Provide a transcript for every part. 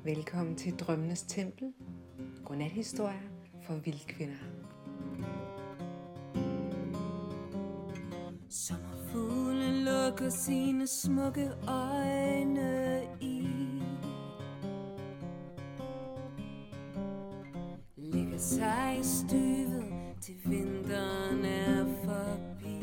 Velkommen til Drømmenes Tempel. Godnathistorier for vildkvinder. Sommerfuglen lukker sine smukke øjne i, lægger sig i støvet til vinteren er forbi.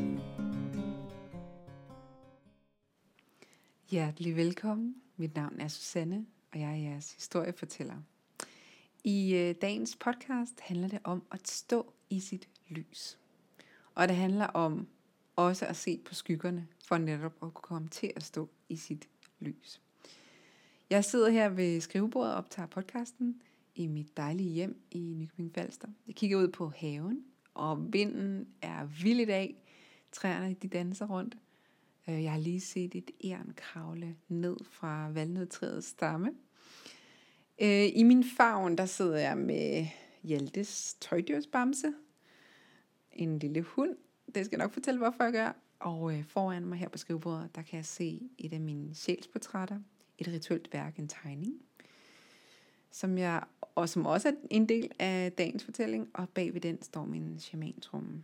Hjertelig velkommen. Mit navn er Susanne, og jeg er jeres historiefortæller. I dagens podcast handler det om at stå i sit lys. Og det handler om også at se på skyggerne, for netop at kunne komme til at stå i sit lys. Jeg sidder her ved skrivebordet og optager podcasten i mit dejlige hjem i Nykøbing Falster. Jeg kigger ud på haven, og vinden er vild i dag. Træerne de danser rundt. Jeg har lige set et ern kravle ned fra valnødtræets stamme. I min favn, der sidder jeg med Hjaltes tøjdyrsbamse. En lille hund. Det skal jeg nok fortælle, hvorfor jeg gør. Og foran mig her på skrivebordet, der kan jeg se et af mine sjælsportrætter. Et rituelt værk, en tegning. Som også er en del af dagens fortælling. Og bag ved den står min shamantromme.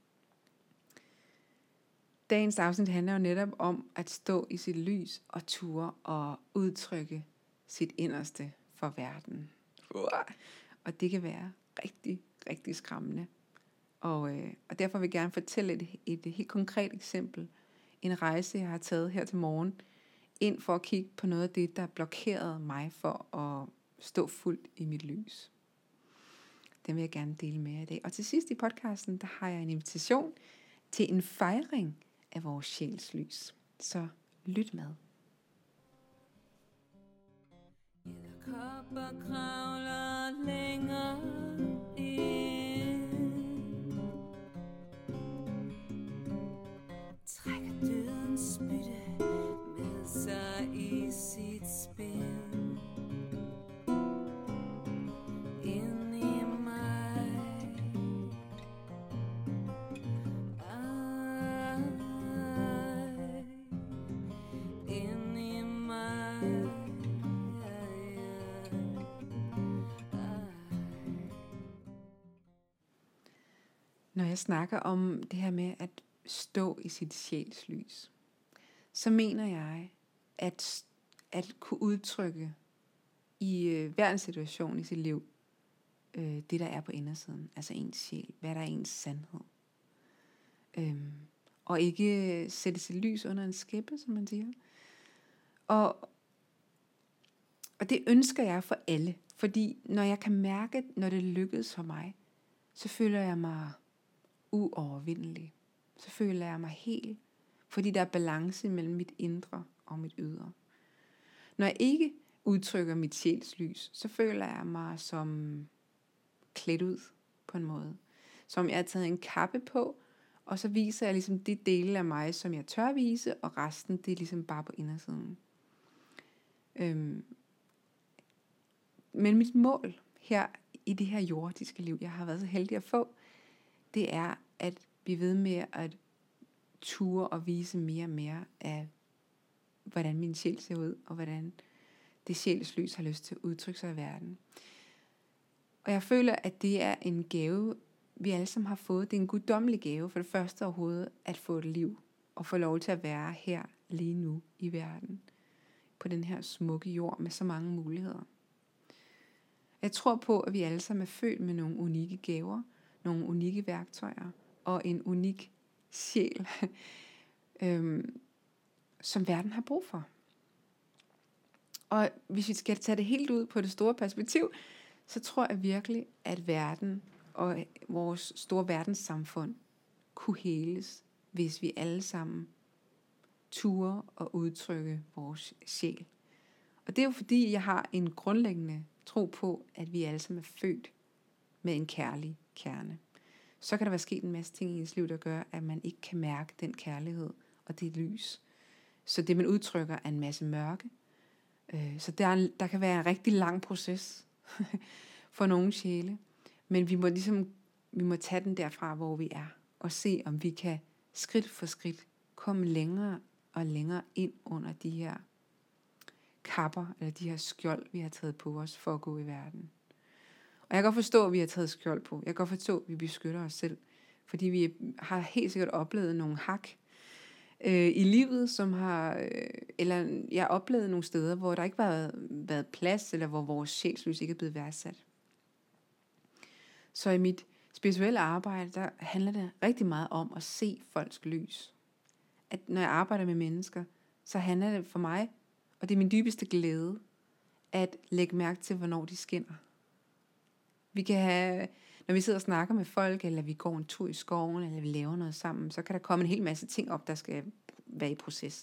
Dagens afsnit handler jo netop om at stå i sit lys og ture og udtrykke sit inderste for verden. Og det kan være rigtig, rigtig skræmmende. Og derfor vil jeg gerne fortælle et helt konkret eksempel. En rejse, jeg har taget her til morgen, ind for at kigge på noget af det, der blokerede mig for at stå fuldt i mit lys. Den vil jeg gerne dele med jer i dag. Og til sidst i podcasten, der har jeg en invitation til en fejring af vores sjælslys. Så lyt med. Edderkopper kravler længere ind, trækker dødens spytte med sig i sit spind. Ind i mig, ind i mig. Når jeg snakker om det her med at stå i sit sjælslys, så mener jeg at kunne udtrykke i hver en situation i sit liv, det der er på indersiden, altså ens sjæl, hvad der er ens sandhed. Og ikke sætte sit lys under en skæppe, som man siger. Og det ønsker jeg for alle, fordi når jeg kan mærke, når det lykkes for mig, så føler jeg mig uovervindelig. Så føler jeg mig helt, fordi der er balance mellem mit indre og mit ydre. Når jeg ikke udtrykker mit sjælslys, så føler jeg mig som klædt ud på en måde. Som jeg har taget en kappe på, og så viser jeg ligesom de dele af mig, som jeg tør vise, og resten det er ligesom bare på indersiden. Men mit mål her i det her jordiske liv, jeg har været så heldig at få, det er at blive ved med at ture og vise mere og mere af, hvordan min sjæl ser ud, og hvordan det sjælslys har lyst til at udtrykke sig i verden. Og jeg føler, at det er en gave, vi alle sammen har fået. Det er en guddommelig gave for det første overhovedet, at få et liv, og få lov til at være her lige nu i verden, på den her smukke jord med så mange muligheder. Jeg tror på, at vi alle sammen er født med nogle unikke gaver, nogle unikke værktøjer og en unik sjæl, som verden har brug for. Og hvis vi skal tage det helt ud på det store perspektiv, så tror jeg virkelig, at verden og vores store verdenssamfund kunne heles, hvis vi alle sammen turde og udtrykke vores sjæl. Og det er jo fordi, jeg har en grundlæggende tro på, at vi alle sammen er født med en kærlig kerne. Så kan der være sket en masse ting i ens liv, der gør, at man ikke kan mærke den kærlighed og det lys. Så det, man udtrykker, er en masse mørke. Så der kan være en rigtig lang proces for nogle sjæle. Men vi må tage den derfra, hvor vi er, og se, om vi kan skridt for skridt komme længere og længere ind under de her kapper, eller de her skjold, vi har taget på os for at gå i verden. Og jeg kan godt forstå, at vi har taget skjold på. Jeg kan godt forstå, at vi beskytter os selv. Fordi vi har helt sikkert oplevet nogle hak i livet, som har, eller jeg har oplevet nogle steder, hvor der ikke har været plads, eller hvor vores sjælslys ikke er blevet værdsat. Så i mit spirituelle arbejde, der handler det rigtig meget om at se folks lys. At når jeg arbejder med mennesker, så handler det for mig, og det er min dybeste glæde, at lægge mærke til, hvornår de skinner. Vi kan have, når vi sidder og snakker med folk, eller vi går en tur i skoven, eller vi laver noget sammen, så kan der komme en hel masse ting op, der skal være i proces.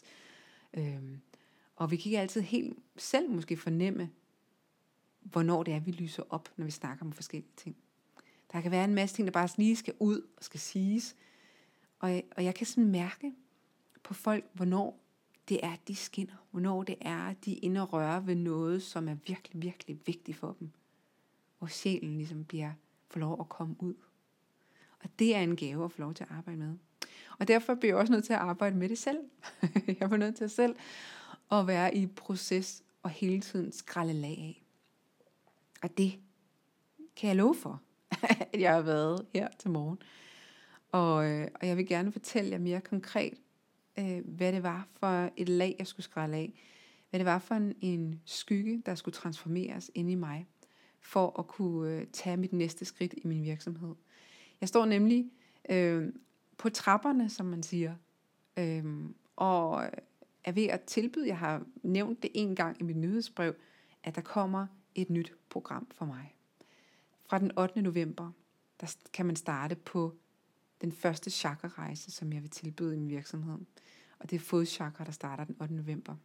Og vi kan ikke altid helt selv måske fornemme, hvornår det er, vi lyser op, når vi snakker om forskellige ting. Der kan være en masse ting, der bare lige skal ud og skal siges. Og jeg kan sådan mærke på folk, hvornår det er, de skinner. Hvornår det er, de er inde og rører ved noget, som er virkelig, virkelig vigtigt for dem. Hvor sjælen ligesom får lov at komme ud. Og det er en gave at få lov til at arbejde med. Og derfor bliver jeg også nødt til at arbejde med det selv. Jeg var nødt til selv at være i proces og hele tiden skrælle lag af. Og det kan jeg love for, at jeg har været her til morgen. Og jeg vil gerne fortælle jer mere konkret, hvad det var for et lag, jeg skulle skrælle af. Hvad det var for en skygge, der skulle transformeres inde i mig, for at kunne tage mit næste skridt i min virksomhed. Jeg står nemlig på trapperne, som man siger, og er ved at tilbyde, jeg har nævnt det en gang i mit nyhedsbrev, at der kommer et nyt program for mig. Fra den 8. november, der kan man starte på den første chakra-rejse, som jeg vil tilbyde i min virksomhed. Og det er fodchakra, der starter den 8. november.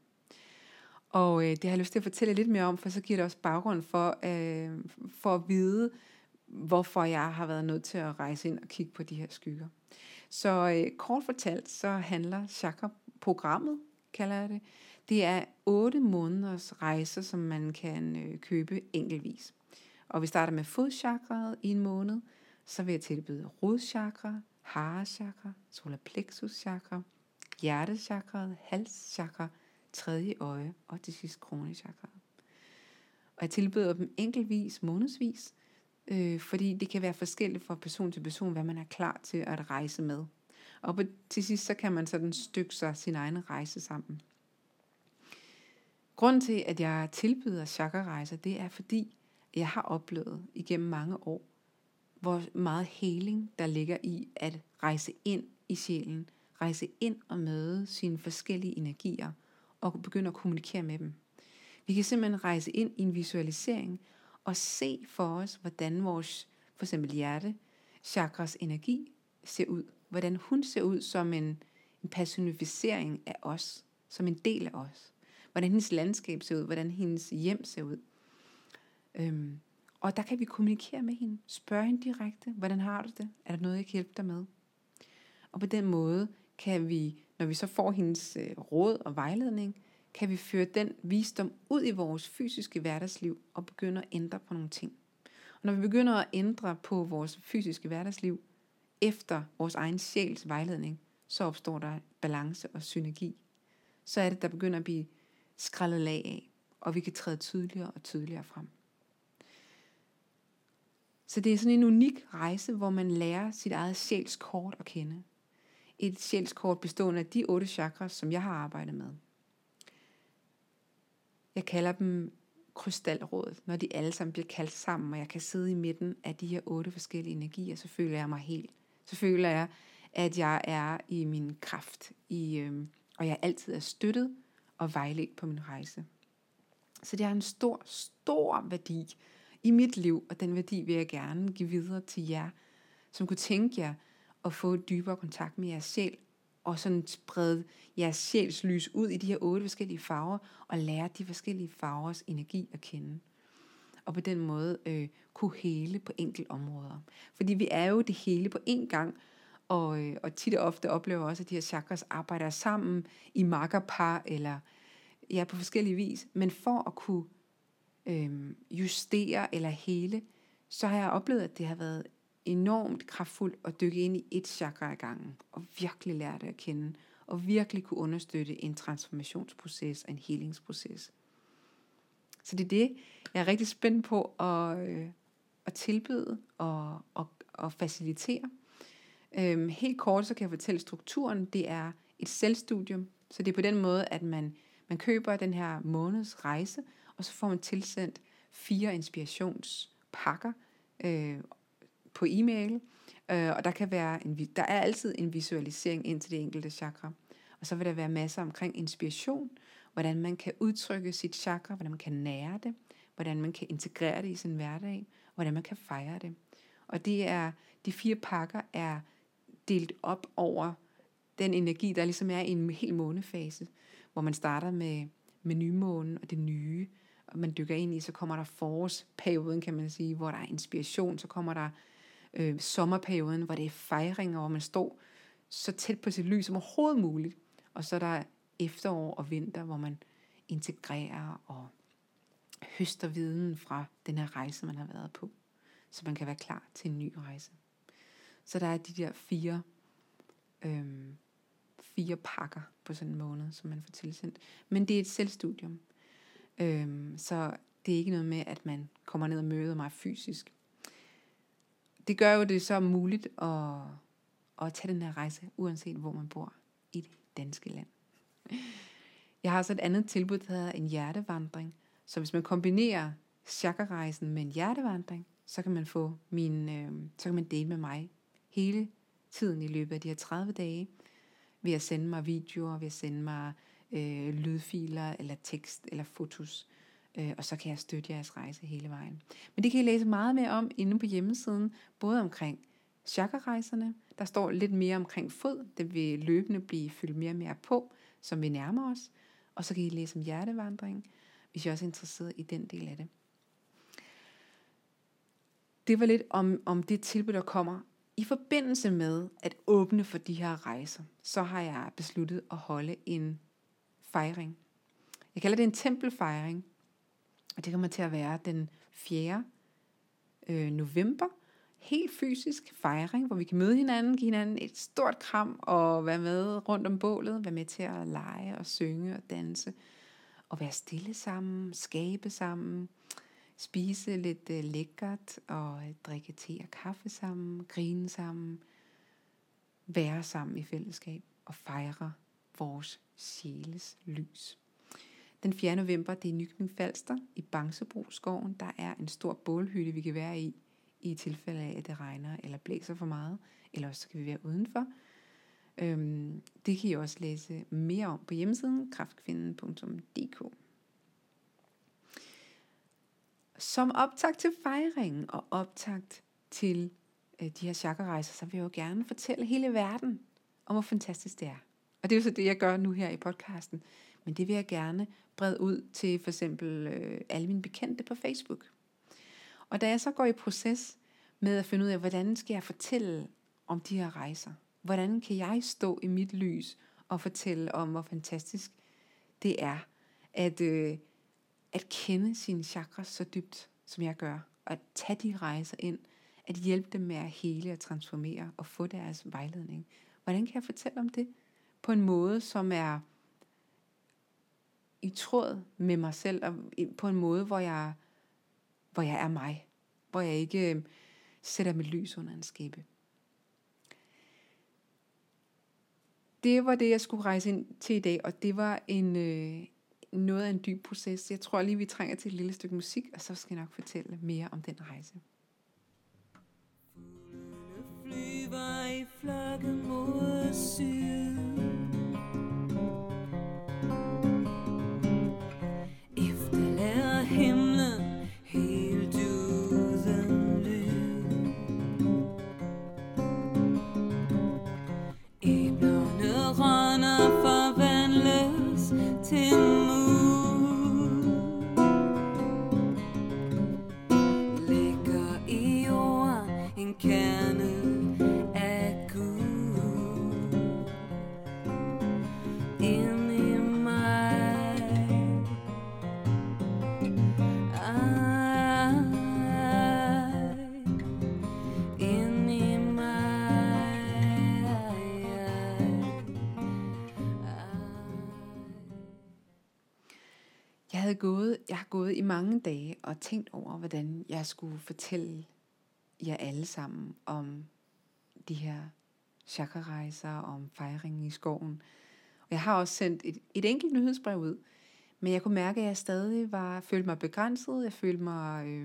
Og det har jeg lyst til at fortælle lidt mere om, for så giver det også baggrund for at vide, hvorfor jeg har været nødt til at rejse ind og kigge på de her skygger. Så kort fortalt, så handler chakra-programmet, kalder jeg det. Det er 8 måneders rejser, som man kan købe enkeltvis. Og vi starter med fodchakraet i en måned. Så vil jeg tilbyde rodchakra, harachakra, solarplexuschakra, hjertechakraet, halschakra, tredje øje og til sidst kronechakra. Og jeg tilbyder dem enkeltvis, månedsvis, fordi det kan være forskelligt fra person til person, hvad man er klar til at rejse med. Og til sidst så kan man sådan stykke sig sin egen rejse sammen. Grunden til, at jeg tilbyder chakra-rejser, det er fordi, jeg har oplevet igennem mange år, hvor meget heling der ligger i at rejse ind i sjælen, rejse ind og møde sine forskellige energier og begynde at kommunikere med dem. Vi kan simpelthen rejse ind i en visualisering og se for os, hvordan vores for eksempel hjertechakras energi ser ud. Hvordan hun ser ud som en personificering af os, som en del af os. Hvordan hendes landskab ser ud, hvordan hendes hjem ser ud. Og der kan vi kommunikere med hende, spørge hende direkte, hvordan har du det? Er der noget, jeg kan hjælpe dig med? Og på den måde kan vi, når vi så får hendes råd og vejledning, kan vi føre den visdom ud i vores fysiske hverdagsliv og begynde at ændre på nogle ting. Og når vi begynder at ændre på vores fysiske hverdagsliv efter vores egen sjæls vejledning, så opstår der balance og synergi. Så er det, der begynder at blive skrællet lag af, og vi kan træde tydeligere og tydeligere frem. Så det er sådan en unik rejse, hvor man lærer sit eget sjælskort at kende. Et sjælskort bestående af de 8 chakras, som jeg har arbejdet med. Jeg kalder dem krystalrådet, når de alle sammen bliver kaldt sammen, og jeg kan sidde i midten af de her 8 forskellige energier, så føler jeg mig helt. Så føler jeg, at jeg er i min kraft, og jeg altid er støttet og vejledt på min rejse. Så det har en stor, stor værdi i mit liv, og den værdi vil jeg gerne give videre til jer, som kunne tænke jer at få et dybere kontakt med jeres sjæl, og sådan sprede jeres sjæls lys ud i de her 8 forskellige farver, og lære de forskellige farvers energi at kende. Og på den måde kunne hele på enkelte områder. Fordi vi er jo det hele på én gang, og tit og ofte oplever også, at de her chakras arbejder sammen i makkerpar, eller ja, på forskellige vis. Men for at kunne justere eller hele, så har jeg oplevet, at det har været enormt kraftfuldt at dykke ind i et chakra ad gangen, og virkelig lære det at kende, og virkelig kunne understøtte en transformationsproces og en helingsproces. Så det er det, jeg er rigtig spændt på at tilbyde og facilitere. Helt kort, så kan jeg fortælle strukturen. Det er et selvstudium, så det er på den måde, at man køber den her måneds rejse, og så får man tilsendt 4 inspirationspakker på e-mail. Og der er altid en visualisering ind til det enkelte chakra. Og så vil der være masser omkring inspiration, hvordan man kan udtrykke sit chakra, hvordan man kan nære det, hvordan man kan integrere det i sin hverdag, og hvordan man kan fejre det. Og de 4 pakker er delt op over den energi, der ligesom er i en hel månefase, hvor man starter med nymånen og det nye, og man dykker ind i, så kommer der forårsperioden, kan man sige, hvor der er inspiration, så kommer der sommerperioden, hvor det er fejringer, hvor man står så tæt på sit lys som overhovedet muligt, og så er der efterår og vinter, hvor man integrerer og høster viden fra den her rejse, man har været på, så man kan være klar til en ny rejse. Så der er de der 4 pakker på sådan en måned, som man får tilsendt. Men det er et selvstudium. Så det er ikke noget med, at man kommer ned og møder mig fysisk. Det gør jo det så muligt at tage den her rejse, uanset hvor man bor i det danske land. Jeg har så et andet tilbud, der hedder en hjertevandring. Så hvis man kombinerer chakra-rejsen med en hjertevandring, så kan man så kan man dele med mig hele tiden i løbet af de her 30 dage, ved at sende mig videoer, ved at sende mig lydfiler, eller tekst, eller fotos, og så kan jeg støtte jeres rejse hele vejen. Men det kan I læse meget mere om inde på hjemmesiden, både omkring chakra-rejserne, der står lidt mere omkring fod, det vil løbende blive fyldt mere og mere på, som vi nærmer os, og så kan I læse om hjertevandring, hvis I også er interesseret i den del af det. Det var lidt om det tilbud, der kommer. I forbindelse med at åbne for de her rejser, så har jeg besluttet at holde en fejring. Jeg kalder det en tempelfejring, og det kommer til at være den 4. november. Helt fysisk fejring, hvor vi kan møde hinanden, give hinanden et stort kram og være med rundt om bålet, være med til at lege og synge og danse, og være stille sammen, skabe sammen, spise lidt lækkert og drikke te og kaffe sammen, grine sammen, være sammen i fællesskab og fejre vores sjæles lys. Den 4. november, det er Nykøbing Falster i Bangsebroskoven. Der er en stor bålhytte, vi kan være i tilfælde af, at det regner eller blæser for meget, eller også kan vi være udenfor. Det kan I også læse mere om på hjemmesiden kraftkvinden.dk. Som optakt til fejringen og optakt til de her chakra-rejser, så vil jeg jo gerne fortælle hele verden om, hvor fantastisk det er. Og det er jo så det, jeg gør nu her i podcasten. Men det vil jeg gerne brede ud til for eksempel alle mine bekendte på Facebook. Og da jeg så går i proces med at finde ud af, hvordan skal jeg fortælle om de her rejser? Hvordan kan jeg stå i mit lys og fortælle om, hvor fantastisk det er at kende sine chakras så dybt, som jeg gør, og at tage de rejser ind, at hjælpe dem med at hele og transformere og få deres vejledning. Hvordan kan jeg fortælle om det på en måde, som er i tråd med mig selv, og på en måde, hvor jeg er mig, hvor jeg ikke sætter mit lys under en skæppe. Det var det, jeg skulle rejse ind til i dag, og det var noget af en dyb proces. Jeg tror lige, vi trænger til et lille stykke musik, og så skal jeg nok fortælle mere om den rejse. Fuglene flyver i flokke mod syd. Efterlader himlen helt uden lyd. Æblerne rådner, forvandles til muld. Ligger i jorden en kerne af guld. Ind i mig. Ind i mig. Jeg jeg har gået i mange dage og tænkt over, hvordan jeg skulle fortælle jer alle sammen om de her chakrarejser, om fejringen i skoven. Og jeg har også sendt et enkelt nyhedsbrev ud, men jeg kunne mærke, at jeg stadig følte mig begrænset. Jeg følte mig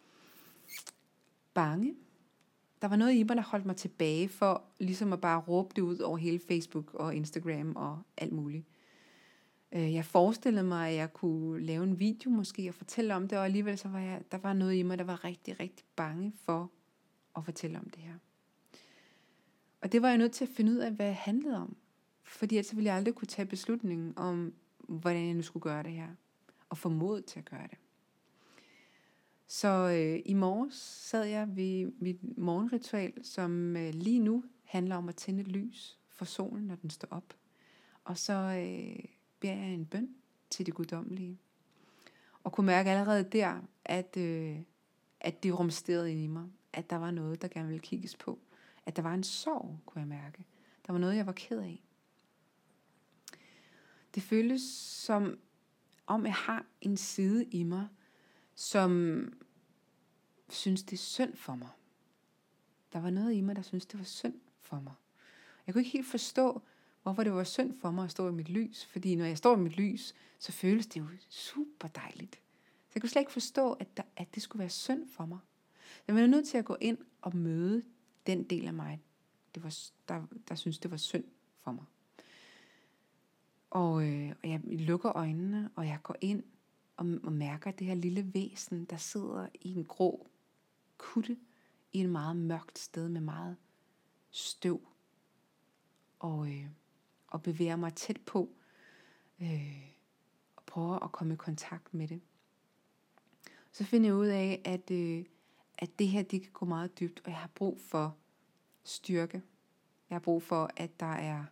bange. Der var noget i mig, der holdt mig tilbage for ligesom at bare råbe det ud over hele Facebook og Instagram og alt muligt. Jeg forestillede mig, at jeg kunne lave en video måske og fortælle om det, og alligevel så der var noget i mig, der var rigtig, rigtig bange for at fortælle om det her. Og det var jeg nødt til at finde ud af, hvad det handlede om. Fordi ellers ville jeg aldrig kunne tage beslutningen om, hvordan jeg nu skulle gøre det her. Og få mod til at gøre det. Så i morges sad jeg ved mit morgenritual, som lige nu handler om at tænde et lys for solen, når den står op. Og så beder jeg en bøn til det guddommelige. Og kunne mærke allerede der, at det rumsterede ind i mig. At der var noget, der gerne ville kigges på. At der var en sorg, kunne jeg mærke. Der var noget, jeg var ked af. Det føles som om jeg har en side i mig, som synes det er synd for mig. Der var noget i mig, der synes det var synd for mig. Jeg kunne ikke helt forstå, hvorfor det var synd for mig at stå i mit lys. Fordi når jeg står i mit lys, så føles det jo super dejligt. Så jeg kunne slet ikke forstå, at det skulle være synd for mig. Jeg var nødt til at gå ind og møde den del af mig, der synes det var synd for mig. Og jeg lukker øjnene, og jeg går ind og mærker det her lille væsen, der sidder i en grå kutte i et meget mørkt sted med meget støv. Og bevæger mig tæt på og prøver at komme i kontakt med det. Så finder jeg ud af, at det her det kan gå meget dybt, og jeg har brug for styrke. Jeg har brug for, at der er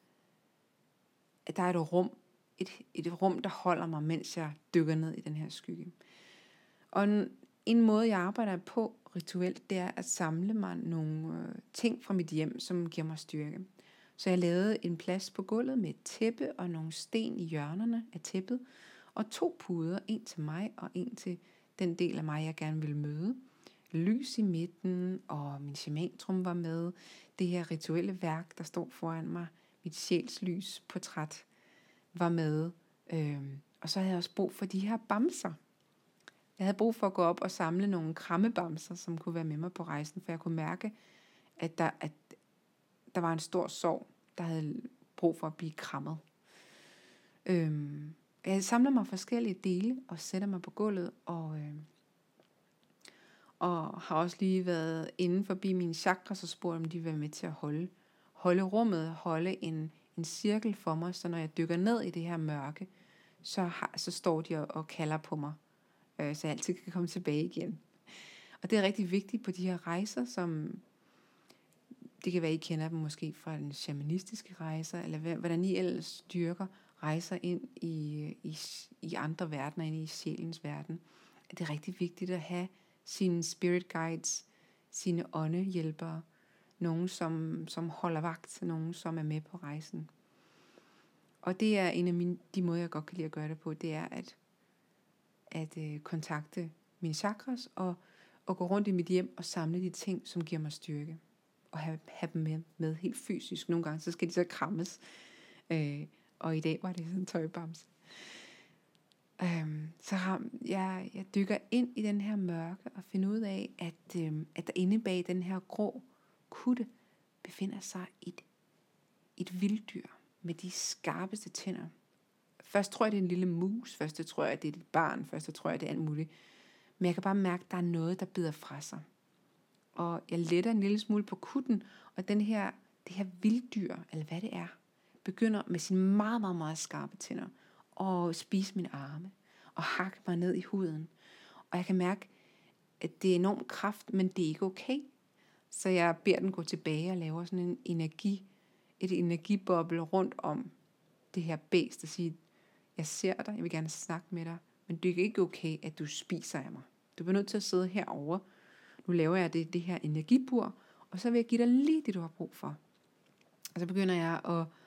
et rum, et rum, der holder mig, mens jeg dykker ned i den her skygge. Og en måde, jeg arbejder på rituelt, det er at samle mig nogle ting fra mit hjem, som giver mig styrke. Så jeg lavede en plads på gulvet med et tæppe og nogle sten i hjørnerne af tæppet, og 2 puder, en til mig og en til den del af mig, jeg gerne ville møde. Lys i midten, og min shamantrumpe var med. Det her rituelle værk, der stod foran mig, mit sjælslys portræt, var med. Og så havde jeg også brug for de her bamser. Jeg havde brug for at gå op og samle nogle krammebamser, som kunne være med mig på rejsen, for jeg kunne mærke, at der var en stor sorg, der havde brug for at blive krammet. Jeg samler mig forskellige dele og sætter mig på gulvet, og har også lige været inde forbi mine chakras og spurgt, om de vil være med til at holde rummet, holde en cirkel for mig, så når jeg dykker ned i det her mørke, så står de og kalder på mig, så jeg altid kan komme tilbage igen. Og det er rigtig vigtigt på de her rejser, som det kan være, I kender dem måske fra den shamanistiske rejser, eller hvordan I ellers dyrker rejser ind i andre verdener, ind i sjælens verden. Det er rigtig vigtigt at have sine spirit guides, sine åndehjælpere, nogen som holder vagt, nogen som er med på rejsen. Og det er en af de måder, jeg godt kan lide at gøre det på, det er at kontakte mine chakras og gå rundt i mit hjem og samle de ting, som giver mig styrke. Og have dem med helt fysisk. Nogle gange så skal de så krammes. Og i dag var det sådan en tøjbamse. Jeg dykker ind i den her mørke og finder ud af, at der inde bag den her grå kutte befinder sig et vilddyr med de skarpeste tænder. Først tror jeg, det er en lille mus. Først tror jeg, det er et barn. Først tror jeg, det er alt muligt. Men jeg kan bare mærke, at der er noget, der bider fra sig. Og jeg letter en lille smule på kutten, og det her vilddyr, eller hvad det er, begynder med sine meget, meget, meget skarpe tænder at spise mine arme og hakke mig ned i huden. Og jeg kan mærke, at det er enormt kraft, men det er ikke okay. Så jeg beder den gå tilbage og laver sådan et energiboble rundt om det her bæst og sige, jeg ser dig, jeg vil gerne snakke med dig, men det er ikke okay, at du spiser af mig. Du bliver nødt til at sidde herovre. Nu laver jeg det her energibur, og så vil jeg give dig lige det, du har brug for. Og så begynder jeg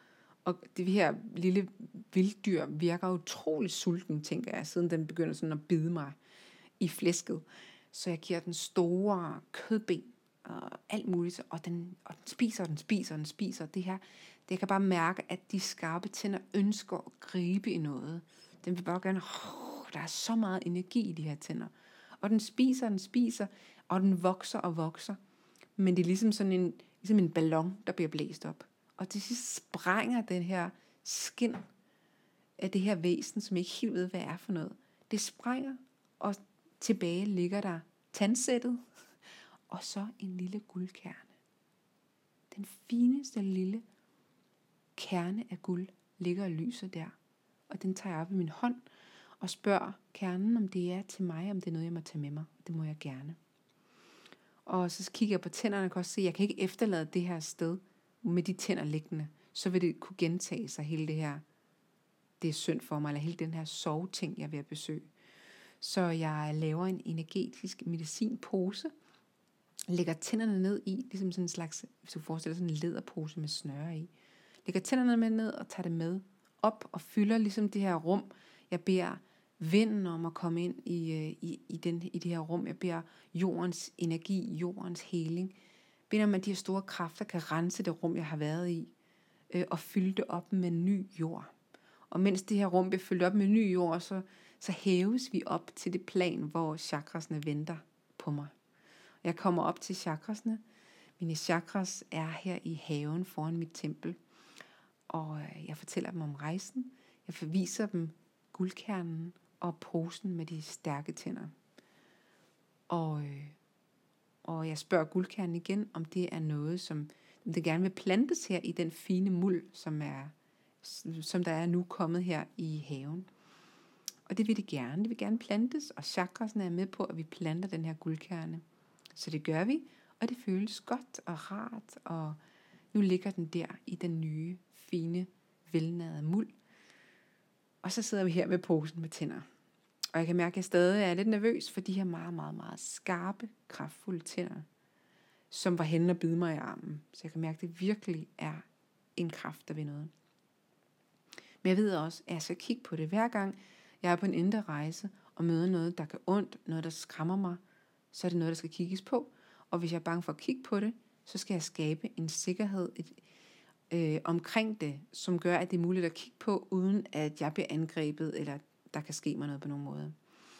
Og det her lille vilddyr virker utrolig sulten, tænker jeg, siden den begynder sådan at bide mig i flæsket. Så jeg giver den store kødben og alt muligt, og den spiser. Det kan bare mærke, at de skarpe tænder ønsker at gribe i noget. Den vil bare gerne, der er så meget energi i de her tænder. Og den spiser, og den vokser. Men det er ligesom en ballon, der bliver blæst op. Og til sidst sprænger den her skin af det her væsen, som jeg ikke helt ved, hvad er for noget. Det sprænger, og tilbage ligger der tandsættet, og så en lille guldkerne. Den fineste lille kerne af guld ligger og lyser der. Og den tager jeg op i min hånd og spørger kernen, om det er til mig, om det er noget, jeg må tage med mig. Det må jeg gerne. Og så kigger jeg på tænderne og kan også se, at jeg kan ikke efterlade det her sted med de tænder liggende. Så vil det kunne gentage sig hele det her, det er synd for mig, eller hele den her soveting, jeg er ved at besøge. Så jeg laver en energetisk medicinpose, lægger tænderne ned i, ligesom sådan en slags, hvis du forestiller sådan en læderpose med snøre i. Lægger tænderne med ned og tager det med op og fylder ligesom det her rum. Jeg beder vinden om at komme ind i det her rum. Jeg beder jordens energi, jordens heling. Beder om, at de her store kræfter kan rense det rum, jeg har været i, og fylde det op med ny jord. Og mens det her rum bliver fyldt op med ny jord, så hæves vi op til det plan, hvor chakrasene venter på mig. Jeg kommer op til chakrasene. Mine chakras er her i haven foran mit tempel. Og jeg fortæller dem om rejsen. Jeg forviser dem guldkernen og posen med de stærke tænder. Og jeg spørger guldkernen igen, om det er noget, som det gerne vil plantes her i den fine muld, som der er nu kommet her i haven. Og det vil det gerne. Det vil gerne plantes, og chakrasene er med på, at vi planter den her guldkerne. Så det gør vi, og det føles godt og rart, og nu ligger den der i den nye, fine, velnærede muld. Og så sidder vi her med posen med tænder. Og jeg kan mærke, at jeg stadig er lidt nervøs for de her meget, meget, meget skarpe, kraftfulde tænder, som var henne og bide mig i armen. Så jeg kan mærke, at det virkelig er en kraft, der vil noget. Men jeg ved også, at jeg skal kigge på det hver gang, jeg er på en indre rejse og møder noget, der gør ondt, noget, der skræmmer mig, så er det noget, der skal kigges på. Og hvis jeg er bange for at kigge på det, så skal jeg skabe en sikkerhed omkring det, som gør, at det er muligt at kigge på, uden at jeg bliver angrebet, eller der kan ske mig noget på nogen måde.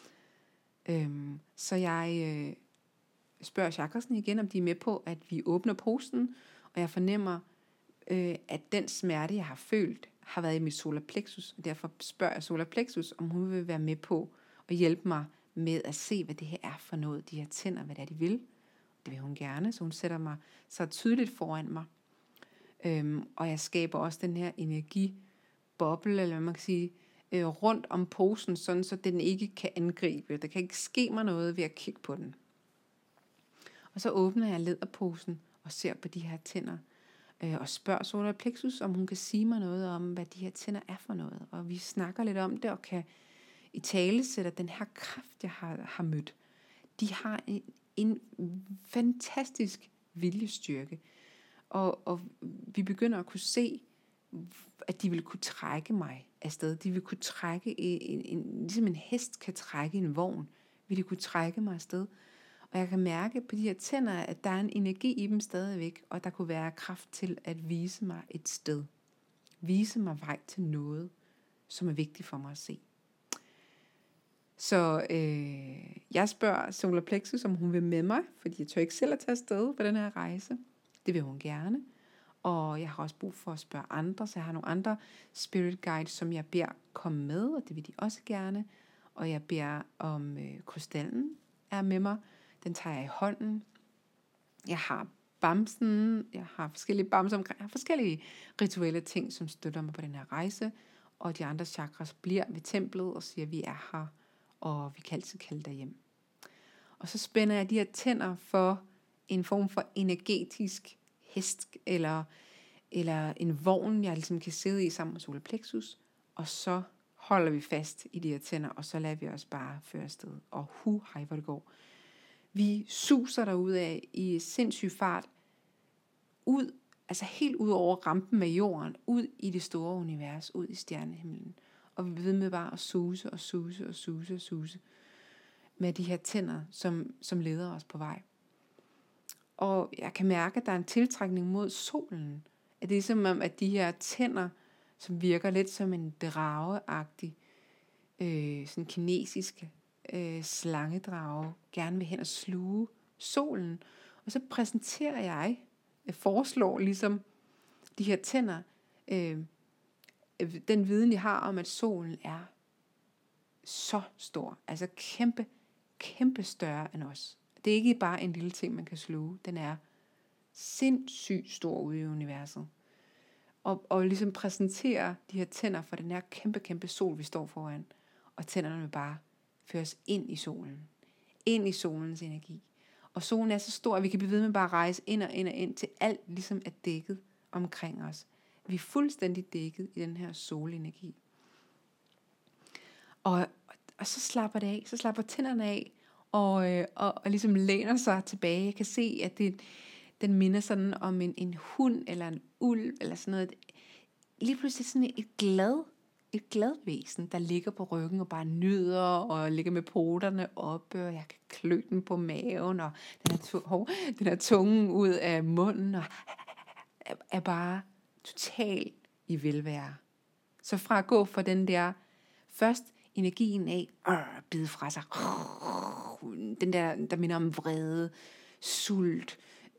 Så jeg spørger chakrasene igen, om de er med på, at vi åbner posen, og jeg fornemmer, at den smerte, jeg har følt, har været i mit solarplexus, og derfor spørger jeg solarplexus, om hun vil være med på at hjælpe mig med at se, hvad det her er for noget, de her tænder, hvad det er, de vil. Det vil hun gerne, så hun sætter mig så tydeligt foran mig. Og jeg skaber også den her energiboble, eller hvad man kan sige, rundt om posen, sådan så den ikke kan angribe. Der kan ikke ske mig noget ved at kigge på den. Og så åbner jeg læderposen og ser på de her tænder, og spørger solarplexus, om hun kan sige mig noget om, hvad de her tænder er for noget. Og vi snakker lidt om det, og kan i tale sætte den her kraft, jeg har mødt. De har en fantastisk viljestyrke. Og vi begynder at kunne se, at de vil kunne trække mig afsted. De vil kunne trække, ligesom en hest kan trække en vogn, vil de kunne trække mig afsted. Og jeg kan mærke på de her tænder, at der er en energi i dem stadigvæk, og der kunne være kraft til at vise mig et sted. Vise mig vej til noget, som er vigtigt for mig at se. Så jeg spørger solarplexus, om hun vil med mig, fordi jeg tør ikke selv at tage afsted på den her rejse. Det vil hun gerne. Og jeg har også brug for at spørge andre, så jeg har nogle andre spirit guides, som jeg beder komme med, og det vil de også gerne. Og jeg beder om krystallen er med mig. Den tager jeg i hånden. Jeg har bamsen. Jeg har forskellige bamser omkring. Jeg har forskellige rituelle ting, som støtter mig på den her rejse. Og de andre chakras bliver ved templet og siger, at vi er her, og vi kan altid kalde dig hjem. Og så spænder jeg de her tænder for en form for energetisk hest, eller en vogn, jeg ligesom kan sidde i sammen med solarplexus, og så holder vi fast i de her tænder, og så lader vi os bare føre afsted. Og hej, hvor det går. Vi suser derud af i sindssyg fart, ud altså helt ud over rampen af jorden, ud i det store univers, ud i stjernehimlen. Og vi ved med bare at suse og suse og suse og suse med de her tænder, som leder os på vej. Og jeg kan mærke, at der er en tiltrækning mod solen. At det er som om, at de her tænder, som virker lidt som en drageagtig, sådan kinesisk slangedrage, gerne vil hen og sluge solen. Og så foreslår ligesom de her tænder, den viden, jeg har om, at solen er så stor. Altså kæmpe, kæmpe større end os. Det er ikke bare en lille ting, man kan sluge. Den er sindssygt stor ude i universet. Og ligesom præsentere de her tænder for den her kæmpe, kæmpe sol, vi står foran. Og tænderne vil bare føres ind i solen. Ind i solens energi. Og solen er så stor, at vi kan blive ved med bare at rejse ind og ind og ind, til alt ligesom er dækket omkring os. Vi er fuldstændig dækket i den her solenergi. Og så slapper det af, så slapper tænderne af, og ligesom læner sig tilbage. Jeg kan se, at den minder sådan om en hund, eller en ulv, eller sådan noget. Lige pludselig sådan et glad væsen, der ligger på ryggen og bare nyder, og ligger med poterne oppe, og jeg kan klø den på maven, og den er tungen ud af munden, og er bare totalt i velvære. Så fra at gå for den der, først energien af, bide fra sig, den der minder om vrede, sult,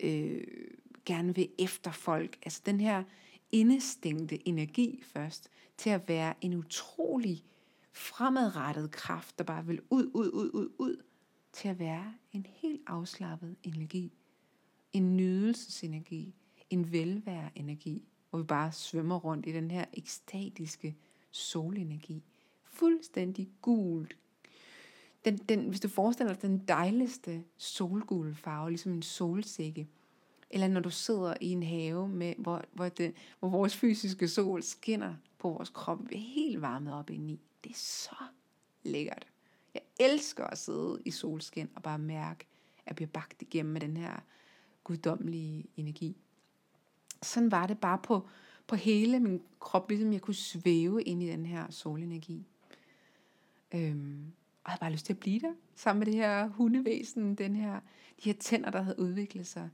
gerne vil efter folk, altså den her indestængte energi først, til at være en utrolig fremadrettet kraft, der bare vil ud, til at være en helt afslappet energi, en nydelsesenergi, en velvære-energi, hvor vi bare svømmer rundt i den her ekstatiske solenergi. Fuldstændig gult. Hvis du forestiller dig den dejligste solgule farve, ligesom en solsikke, eller når du sidder i en have, hvor vores fysiske sol skinner på vores krop, vi er helt varmet op indeni. Det er så lækkert. Jeg elsker at sidde i solskin og bare mærke, at jeg bliver bagt igennem med den her guddommelige energi. Sådan var det bare på hele min krop, ligesom jeg kunne svæve ind i den her solenergi. Og jeg havde bare lyst til at blive der, sammen med det her hundevæsen, de her tænder, der havde udviklet sig.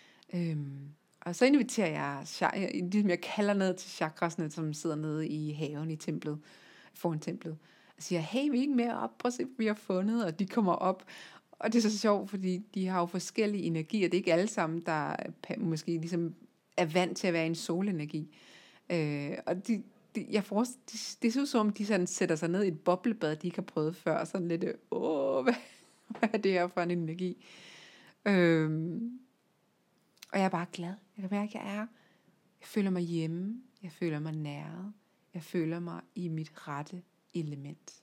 Og så inviterer jeg kalder ned til chakrasne, som sidder nede i haven i templet, foran templet, og siger, hey, vi er ikke mere op, prøv at se, hvad vi har fundet, og de kommer op, og det er så sjovt, fordi de har jo forskellige energier, det er ikke alle sammen, der måske ligesom er vant til at være i en solenergi, og det ser ud som om, de sådan sætter sig ned i et boblebad, de ikke har prøvet før, sådan lidt, hvad er det her for en energi? Og jeg er bare glad. Jeg kan mærke, at jeg føler mig hjemme. Jeg føler mig næret. Jeg føler mig i mit rette element.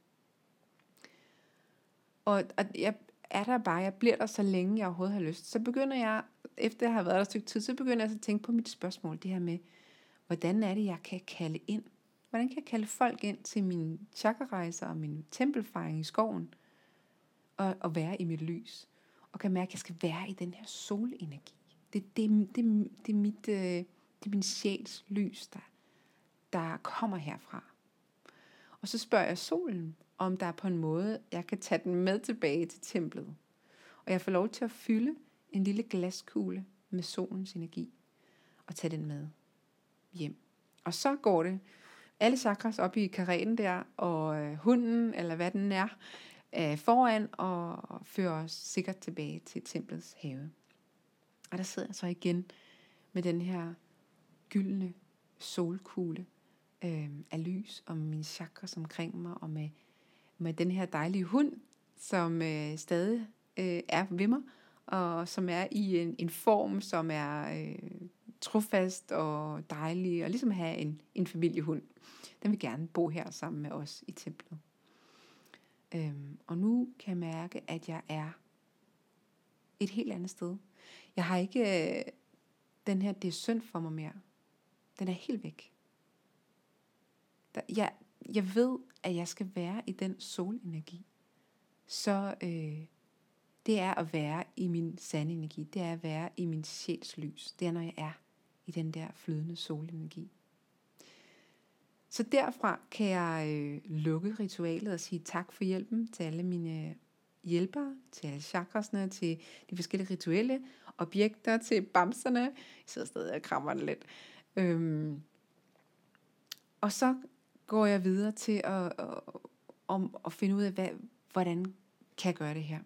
Og jeg bliver der så længe, jeg overhovedet har lyst. Så begynder jeg, efter jeg har været der et stykke tid, så begynder jeg at tænke på mit spørgsmål. Det her med, hvordan er det, jeg kan kalde ind? Hvordan kan jeg kalde folk ind til mine chakrarejser og min tempelfejring i skoven? Og være i mit lys. Og kan mærke, at jeg skal være i den her solenergi. Det er min sjæls lys, der kommer herfra. Og så spørger jeg solen, om der er på en måde, jeg kan tage den med tilbage til templet. Og jeg får lov til at fylde en lille glaskugle med solens energi, og tage den med hjem. Og så går det alle chakras op i kareten der, og hunden, eller hvad den er, foran, og fører os sikkert tilbage til templets have. Og der sidder jeg så igen med den her gyldne solkugle af lys, og mine chakras omkring mig, og med den her dejlige hund, som stadig er ved mig, og som er i en form, som er trofast og dejlig, og ligesom have en familiehund. Den vil gerne bo her sammen med os i templet. Og nu kan jeg mærke, at jeg er et helt andet sted. Jeg har ikke den her, det er synd for mig mere. Den er helt væk. Jeg ved, at jeg skal være i den solenergi. Så det er at være i min sande energi. Det er at være i min sjæls lys. Det er, når jeg er i den der flydende solenergi. Så derfra kan jeg lukke ritualet og sige tak for hjælpen til alle mine hjælpere, til alle chakrasne, til de forskellige rituelle objekter, til bamserne. Jeg sidder stadig og krammer det lidt. Og så går jeg videre til at finde ud af, hvordan kan jeg gøre det her.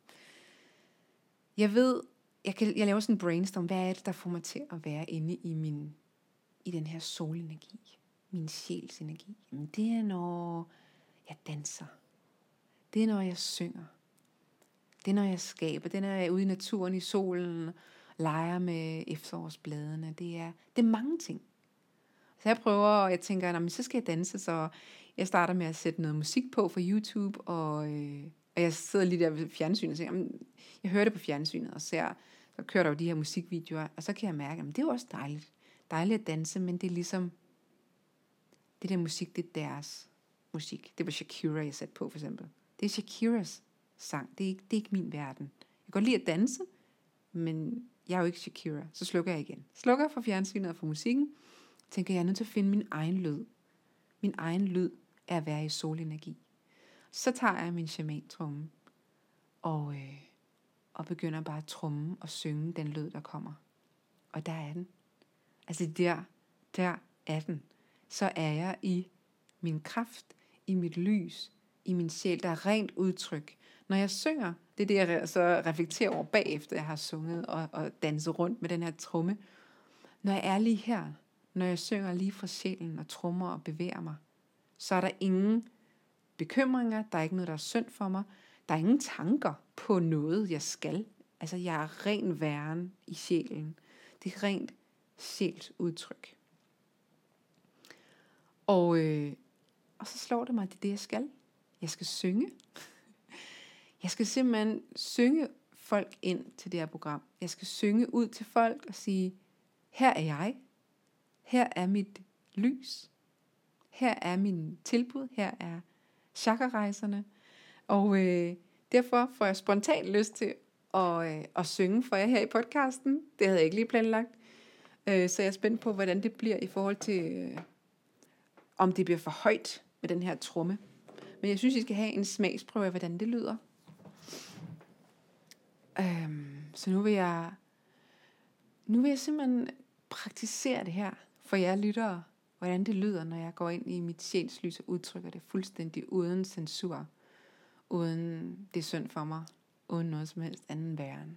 Jeg ved, jeg laver sådan en brainstorm. Hvad er det, der får mig til at være inde i den her solenergi? Min sjælsenergi. Jamen, det er, når jeg danser. Det er, når jeg synger. Det er, når jeg skaber. Det er, når jeg er ude i naturen, i solen, leger med efterårsbladene. Det er mange ting. Så jeg prøver, og jeg tænker, så skal jeg danse, så jeg starter med at sætte noget musik på fra YouTube, og jeg sidder lige der ved fjernsynet og tænker, jeg hører det på fjernsynet, og så kører der jo de her musikvideoer, og så kan jeg mærke, at det er jo også dejligt. Dejligt at danse, men det er ligesom, det der musik, det er deres musik. Det var Shakira, jeg satte på for eksempel. Det er Shakiras sang, det er ikke min verden. Jeg kan godt lide at danse, men jeg er jo ikke Shakira. Så slukker jeg igen. Slukker for fjernsynet og for musikken. Tænker, jeg er nødt til at finde min egen lyd. Min egen lyd er at være i solenergi. Så tager jeg min shaman-tromme og begynder bare at tromme og synge den lyd, der kommer. Og der er den. Altså der er den. Så er jeg i min kraft, i mit lys, i min sjæl, der er rent udtryk. Når jeg synger, det er det, jeg så reflekterer over bagefter, jeg har sunget og danset rundt med den her tromme. Når jeg er lige her, når jeg synger lige fra sjælen og trommer og bevæger mig, så er der ingen bekymringer, der er ikke noget, der er synd for mig, der er ingen tanker på noget, jeg skal. Altså, jeg er ren væren i sjælen. Det er rent sjælsudtryk. Og så slår det mig, at det er det, jeg skal. Jeg skal synge. Jeg skal simpelthen synge folk ind til det her program. Jeg skal synge ud til folk og sige, her er jeg. Her er mit lys. Her er min tilbud. Her er chakrarejserne. Og derfor får jeg spontant lyst til at synge for jer her i podcasten. Det havde jeg ikke lige planlagt. Så jeg er spændt på, hvordan det bliver i forhold til, om det bliver for højt med den her tromme. Men jeg synes, I skal have en smagsprøve af, hvordan det lyder. Så nu vil jeg simpelthen praktisere det her for jer lyttere, hvordan det lyder, når jeg går ind i mit sjælslys og udtrykker det fuldstændig uden censur, uden det er synd for mig, uden noget som helst anden væren.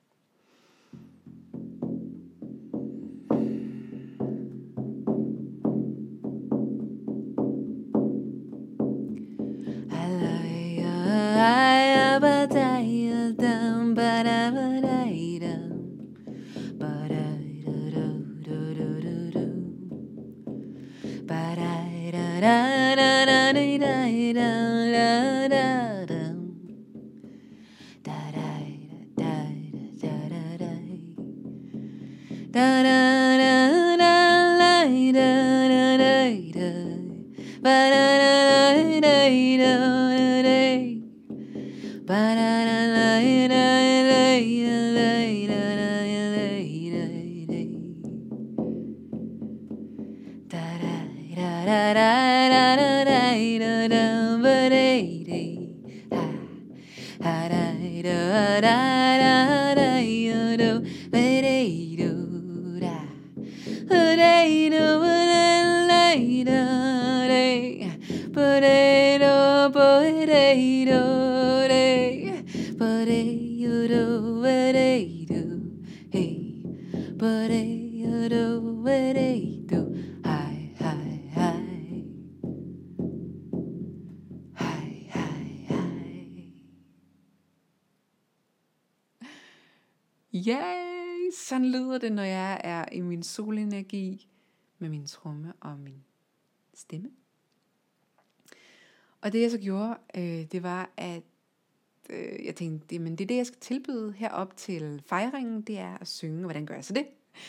Yay! Sådan lyder det, når jeg er i min solenergi med min tromme og min stemme. Og det jeg så gjorde, det var, at jeg tænkte, men det er det, jeg skal tilbyde herop til fejringen, det er at synge. Hvordan gør jeg så det?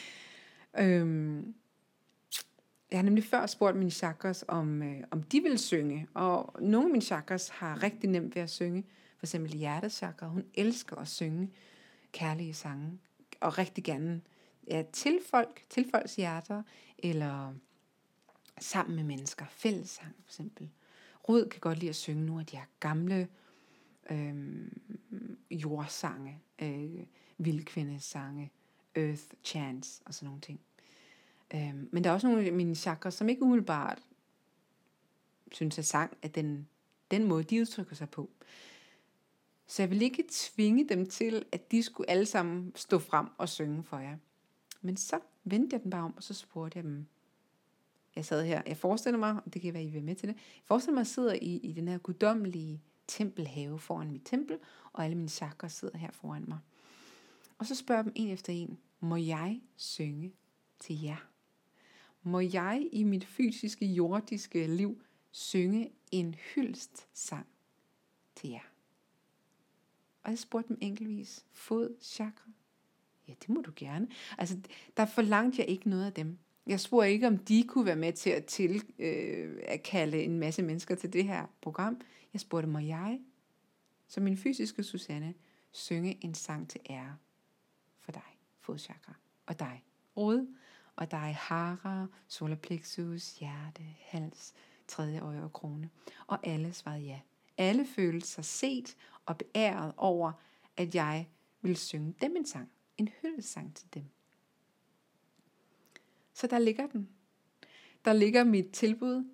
Jeg har nemlig før spurgt mine chakras, om de vil synge. Og nogle af mine chakras har rigtig nemt ved at synge. For eksempel hjertets chakra, hun elsker at synge kærlige sange. Og rigtig gerne til folks hjerter, eller sammen med mennesker. Fællessang for eksempel. Rud kan godt lide at synge nogle af de her gamle jordsange, vildkvindesange, earth chants og sådan nogle ting. Men der er også nogle af mine chakrer, som ikke umiddelbart synes, at sang er den måde, de udtrykker sig på. Så jeg vil ikke tvinge dem til, at de skulle alle sammen stå frem og synge for jer. Men så vendte jeg den bare om, og så spurgte jeg dem. Jeg sad her, jeg forestiller mig, og det kan være, I vil med til det. Jeg forestiller mig, at jeg sidder i den her guddommelige tempelhave foran mit tempel, og alle mine chakrer sidder her foran mig. Og så spørger jeg dem en efter en, må jeg synge til jer? Må jeg i mit fysiske, jordiske liv synge en hyldestsang til jer? Og jeg spurgte dem enkeltvis, fod, chakra? Ja, det må du gerne. Altså, der forlangte jeg ikke noget af dem. Jeg spurgte ikke, om de kunne være med til at kalde en masse mennesker til det her program. Jeg spurgte, må jeg, som min fysiske Susanne, synge en sang til ære for dig, fodchakra, og dig, rod, og dig, hara, solarplexus, hjerte, hals, tredje øje og krone. Og alle svarede ja. Alle følte sig set og beæret over, at jeg ville synge dem en sang, en hyldestsang til dem. Så der ligger den. Der ligger mit tilbud,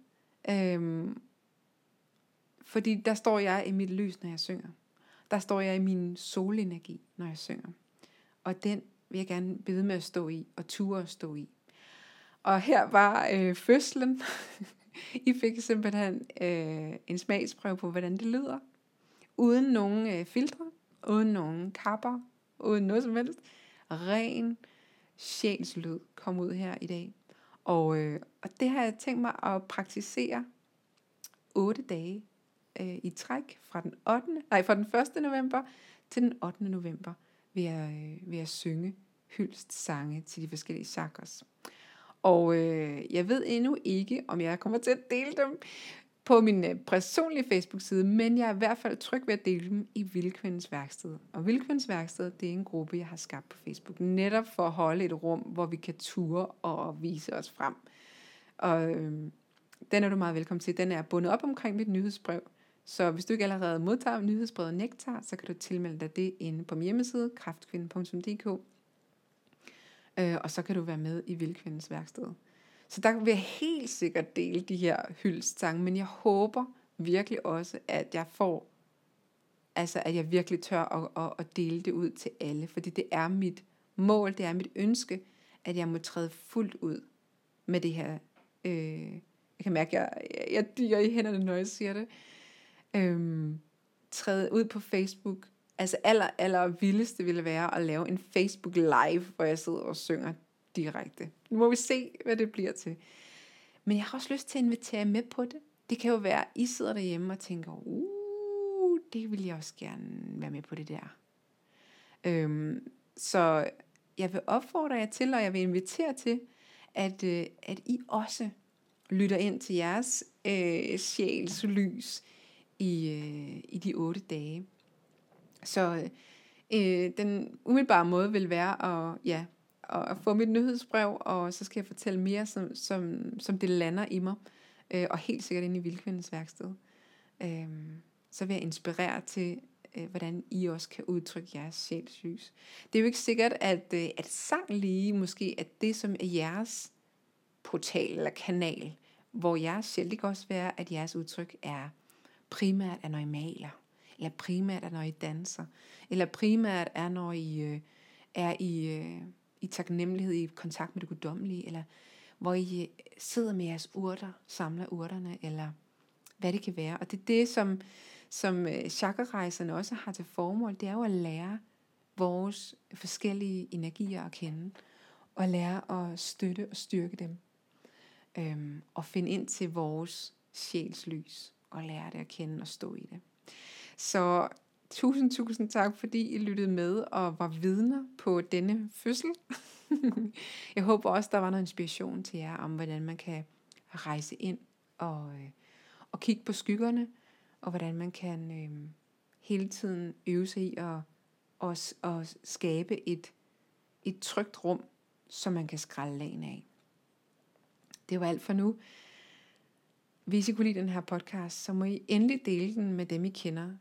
fordi der står jeg i mit lys, når jeg synger. Der står jeg i min solenergi, når jeg synger. Og den vil jeg gerne bede med at stå i, og ture at stå i. Og her var fødslen. I fik simpelthen en smagsprøve på, hvordan det lyder. Uden nogen filtre, uden nogen kapper, uden noget som helst. Ren sjælslyd kom ud her i dag. Og det har jeg tænkt mig at praktisere 8 dage i træk fra den 1. november til den 8. november ved at synge hyldestsange til de forskellige chakras. Og jeg ved endnu ikke, om jeg kommer til at dele dem på min personlige Facebook-side, men jeg er i hvert fald tryg ved at dele dem i Vildkvindens Værksted. Og Vildkvindens Værksted, det er en gruppe, jeg har skabt på Facebook, netop for at holde et rum, hvor vi kan ture og vise os frem. Og den er du meget velkommen til. Den er bundet op omkring mit nyhedsbrev. Så hvis du ikke allerede modtager nyhedsbrevet Nektar, så kan du tilmelde dig det inde på min hjemmeside, kraftkvinden.dk. Og så kan du være med i Vildkvindens Værksted. Så der vil jeg helt sikkert dele de her hyldestsange, men jeg håber virkelig også, at jeg får, altså at jeg virkelig tør at dele det ud til alle, fordi det er mit mål, det er mit ønske, at jeg må træde fuldt ud med det her. Jeg kan mærke, at jeg dyrer i hænderne, når jeg siger det. Træde ud på Facebook. Altså aller vildeste ville være at lave en Facebook live, hvor jeg sidder og synger direkte. Nu må vi se, hvad det bliver til. Men jeg har også lyst til at invitere med på det. Det kan jo være, at I sidder derhjemme og tænker, det vil jeg også gerne være med på det der. Så jeg vil opfordre jer til, og jeg vil invitere til, at I også lytter ind til jeres sjæls lys i de 8 dage. Så den umiddelbare måde vil være at få mit nyhedsbrev, og så skal jeg fortælle mere, som det lander i mig, og helt sikkert ind i Vildkvindens Værksted. Så vil jeg inspirere til, hvordan I også kan udtrykke jeres sjælslys. Det er jo ikke sikkert, at sang lige måske er det, som er jeres portal eller kanal, hvor jeres sjæl, det kan også være, at jeres udtryk er primært, når I maler, eller primært når I danser, eller primært når I er i taknemmelighed, i kontakt med det guddommelige, eller hvor I sidder med jeres urter, samler urterne, eller hvad det kan være. Og det er det, som chakrarejserne også har til formål, det er jo at lære vores forskellige energier at kende, og lære at støtte og styrke dem, og finde ind til vores sjælslys, og lære det at kende og stå i det. Så tusind tak, fordi I lyttede med og var vidner på denne fødsel. Jeg håber også, der var noget inspiration til jer om, hvordan man kan rejse ind og kigge på skyggerne, og hvordan man kan hele tiden øve sig i at skabe et trygt rum som man kan skrælle lagen af. Det var alt for nu. Hvis I kunne lide den her podcast, så må I endelig dele den med dem, I kender.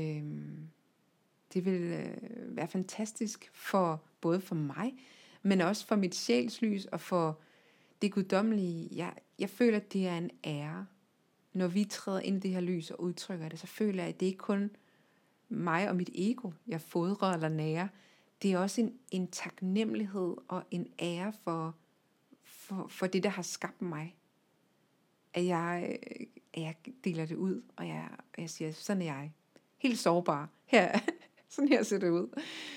Det vil være fantastisk for både for mig, men også for mit sjælslys og for det guddommelige. Jeg føler, at det er en ære. Når vi træder ind i det her lys og udtrykker det, så føler jeg, at det ikke kun mig og mit ego, jeg fodrer eller nærer. Det er også en taknemmelighed og en ære for det, der har skabt mig. At jeg deler det ud, og jeg siger, sådan er jeg. Helt sårbar. Sådan her ser det ud.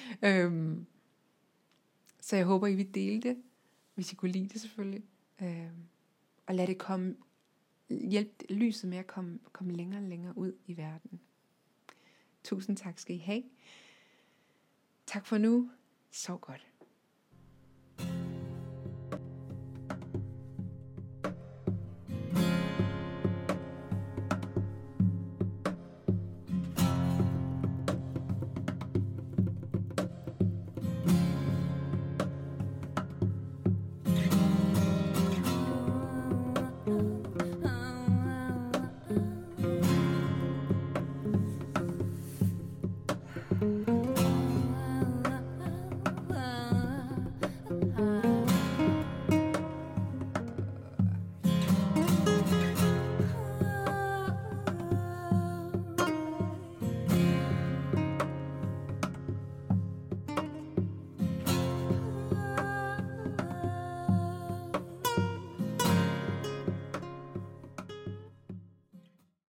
Så jeg håber, I vil dele det, hvis I kunne lide det selvfølgelig. Og lad det hjælpe lyset med at komme længere og længere ud i verden. Tusind tak skal I have. Tak for nu. Sov godt.